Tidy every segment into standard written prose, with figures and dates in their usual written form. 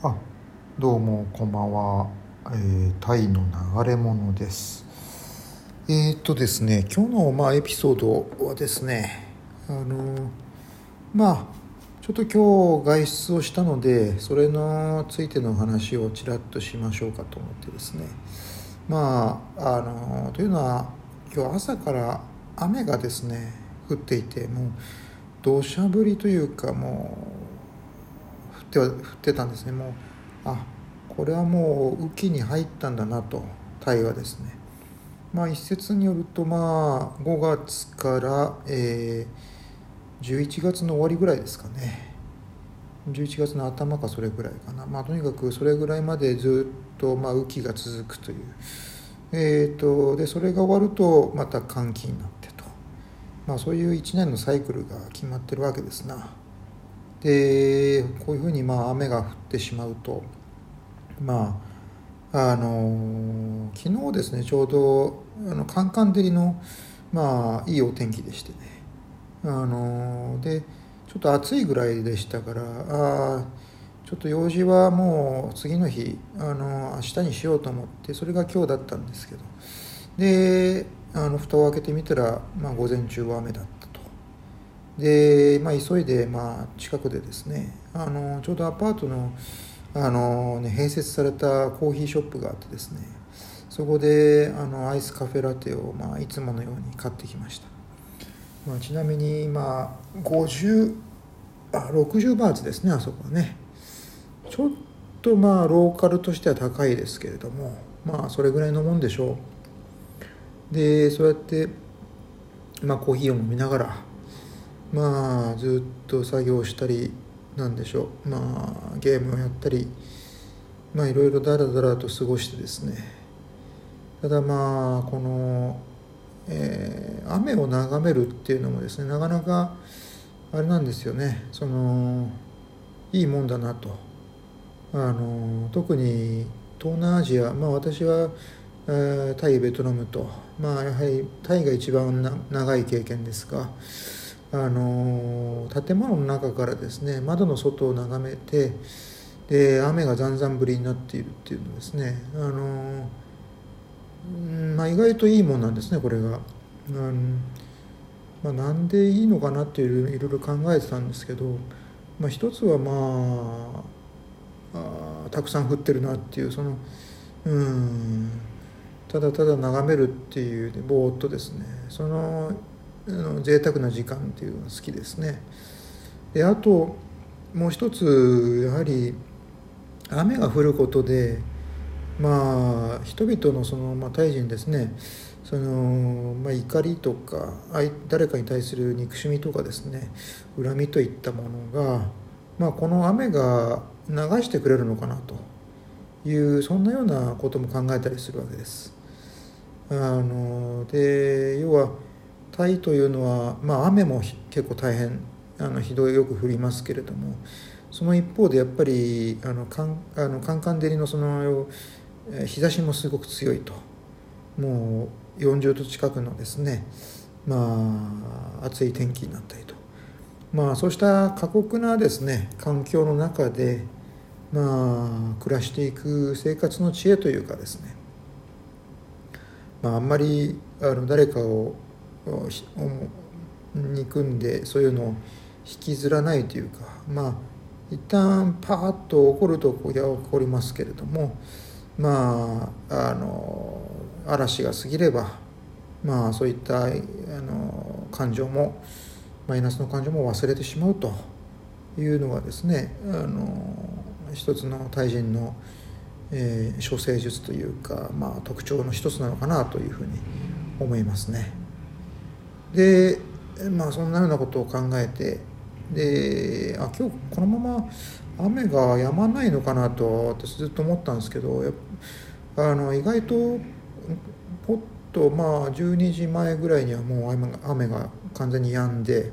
あ、どうもこんばんは、タイの流れ物です。ですね、今日のエピソードはですね、まあちょっと今日外出をしたので、それのついての話をちらっとしましょうかと思ってですね。というのは、今日朝から雨がですね降っていて、もう土砂降りというか、もう降ってたんですね。もうこれはもう雨季に入ったんだなと。タイはですね、一説によると、5月から、11月の終わりぐらいですかね。11月の頭かそれぐらいかな。とにかくそれぐらいまでずっと雨季が続くという。でそれが終わるとまた乾季になってと、そういう1年のサイクルが決まってるわけですな。でこういうふうに雨が降ってしまうと、昨日ですね、ちょうどカンカン照りのいいお天気でしてね、でちょっと暑いぐらいでしたから、ちょっと用事はもう次の日明日にしようと思って、それが今日だったんですけど、で蓋を開けてみたら、午前中は雨だったと。で、急いで、近くでですね、ちょうどアパートの併設されたコーヒーショップがあってですね、そこでアイスカフェラテを、いつものように買ってきました。ちなみに60バーツですね、あそこはね。ちょっとローカルとしては高いですけれども、それぐらいのもんでしょう。でそうやって、コーヒーを飲みながら、ずっと作業したり、なんでしょう、ゲームをやったり、いろいろだらだらと過ごしてですね。ただこの、雨を眺めるっていうのもですね、なかなかあれなんですよね。いいもんだなと。特に東南アジア、私は、タイベトナムと、やはりタイが一番長い経験ですが、建物の中からですね、窓の外を眺めて、で雨がざんざん降りになっているっていうのですね、意外といいもんなんですね、これが。なんでいいのかなっていろいろ考えてたんですけど、一つはたくさん降ってるなっていう、ただただ眺めるっていう、ぼーっとですね、贅沢な時間っていうのが好きですね。であともう一つ、やはり雨が降ることで、人々のタイ人ですね、怒りとか誰かに対する憎しみとかですね、恨みといったものが、この雨が流してくれるのかなという、そんなようなことも考えたりするわけです。で要はタイというのは、雨も結構大変ひどいよく降りますけれども、その一方でやっぱりカンカン照りの日差しもすごく強いと。もう40度近くのですね、暑い天気になったりと、そうした過酷なですね環境の中で、暮らしていく生活の知恵というかですね、あんまり誰かを憎んでそういうのを引きずらないというか、一旦パーッと起こると起こりますけれども、嵐が過ぎれば、そういった感情も、マイナスの感情も忘れてしまうというのがですね、一つのタイ人の、処世術というか、特徴の一つなのかなというふうに思いますね。でそんなようなことを考えて、で今日このまま雨が止まないのかなと私ずっと思ったんですけど、意外とポッと12時前ぐらいにはもう雨が完全に止んで、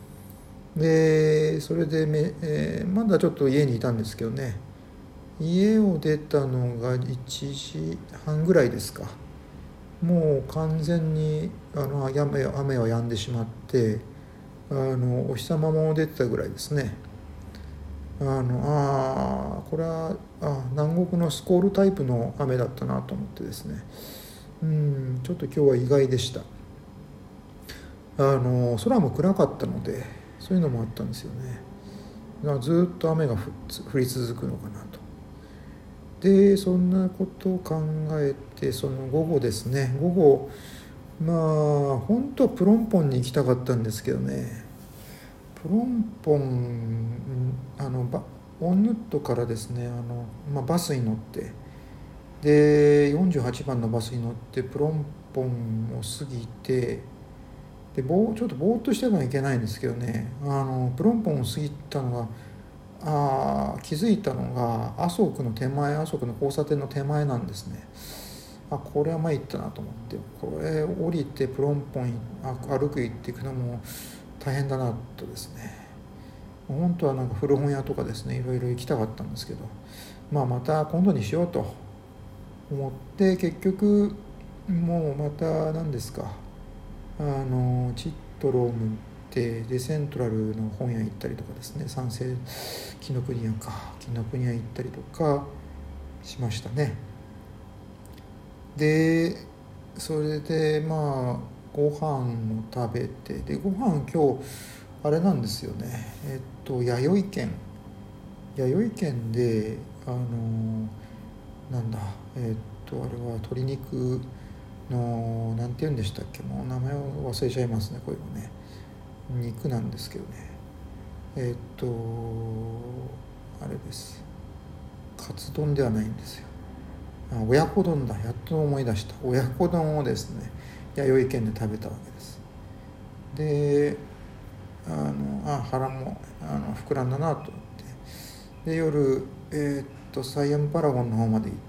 それでまだちょっと家にいたんですけどね、家を出たのが1時半ぐらいですか。もう完全に雨は止んでしまって、お日様も出てたぐらいですね。 これは南国のスコールタイプの雨だったなと思ってですね、ちょっと今日は意外でした。空も暗かったので、そういうのもあったんですよね。ずっと雨が降り続くのかなと。でそんなことを考えて、その午後ですね、本当はプロンポンに行きたかったんですけどね、プロンポンオンヌットからですね、バスに乗って、で48番のバスに乗ってプロンポンを過ぎて、でちょっとぼーっとしてはいけないんですけどね、プロンポンを過ぎたのが気づいたのが麻生区の交差点の手前なんですね。これは参ったなと思って、これ降りてプロンポン歩く行っていくのも大変だなとですね、本当はなんか古本屋とかですね、いろいろ行きたかったんですけど、また今度にしようと思って、結局もうまた何ですか、チットロームってデセントラルの本屋行ったりとかですね、紀ノ国屋行ったりとかしましたね。でそれでご飯を食べて、でご飯今日あれなんですよね、弥生県でなんだあれは鶏肉のなんて言うんでしたっけ、もう名前を忘れちゃいますね、こういうのね、肉なんですけどね、あれです、カツ丼ではないんですよ。親子丼だ、やっと思い出した。親子丼をですね、弥生県で食べたわけです。で腹も膨らんだなと思って、で夜サイアムパラゴンの方まで行って、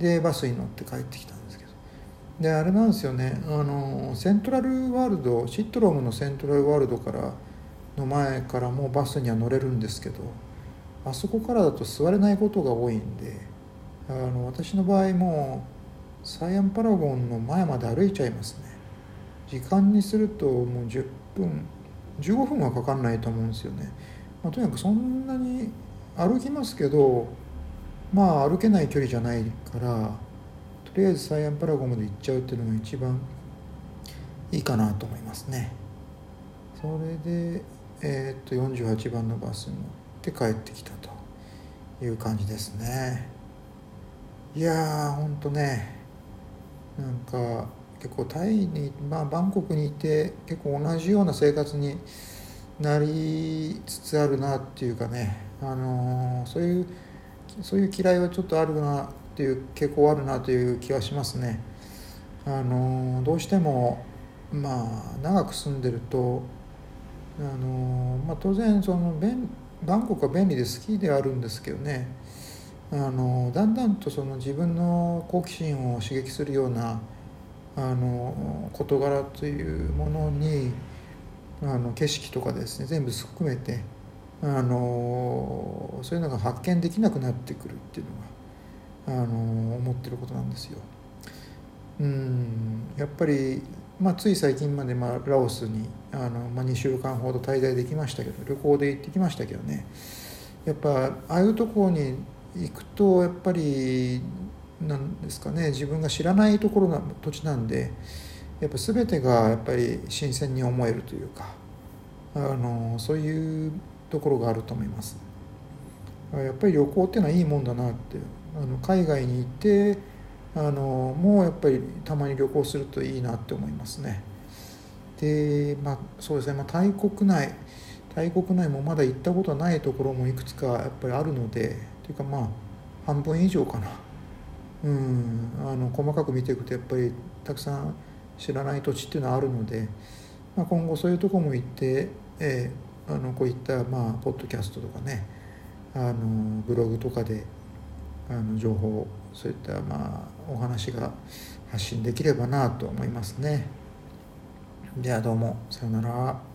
でバスに乗って帰ってきたんですけど、であれなんですよね、セントラルワールド、シットロームのセントラルワールドからの前からもバスには乗れるんですけど、あそこからだと座れないことが多いんで、私の場合もサイアムパラゴンの前まで歩いちゃいますね。時間にするともう10分15分はかかんないと思うんですよね。とにかくそんなに歩きますけど、歩けない距離じゃないから、とりあえずサイアムパラゴンまで行っちゃうっていうのが一番いいかなと思いますね。それで、48番のバスに乗って帰ってきたという感じですね。いやーほんとね、なんか結構タイに、バンコクにいて結構同じような生活になりつつあるなっていうかね、そういう嫌いはちょっとあるなっていう傾向あるなという気はしますね。どうしても長く住んでると当然バンコクは便利で好きであるんですけどね、だんだんとその自分の好奇心を刺激するような事柄というものに景色とかですね、全部含めてそういうのが発見できなくなってくるっていうのが思ってることなんですよ。やっぱり、つい最近までラオスに2週間ほど滞在できましたけど、旅行で行ってきましたけどね、やっぱああいうところに行くとやっぱりなんですかね、自分が知らないところの土地なんで、やっぱ全てがやっぱり新鮮に思えるというか、そういうところがあると思います。やっぱり旅行っていうのはいいもんだなって、海外に行ってもうやっぱりたまに旅行するといいなって思いますね。でそうですね、タイ国内もまだ行ったことはないところもいくつかやっぱりあるので、というか半分以上かな、細かく見ていくとやっぱりたくさん知らない土地っていうのはあるので、今後そういうところも行って、こういったポッドキャストとかね、ブログとかで情報、そういったお話が発信できればなと思いますね。ではどうもさようなら。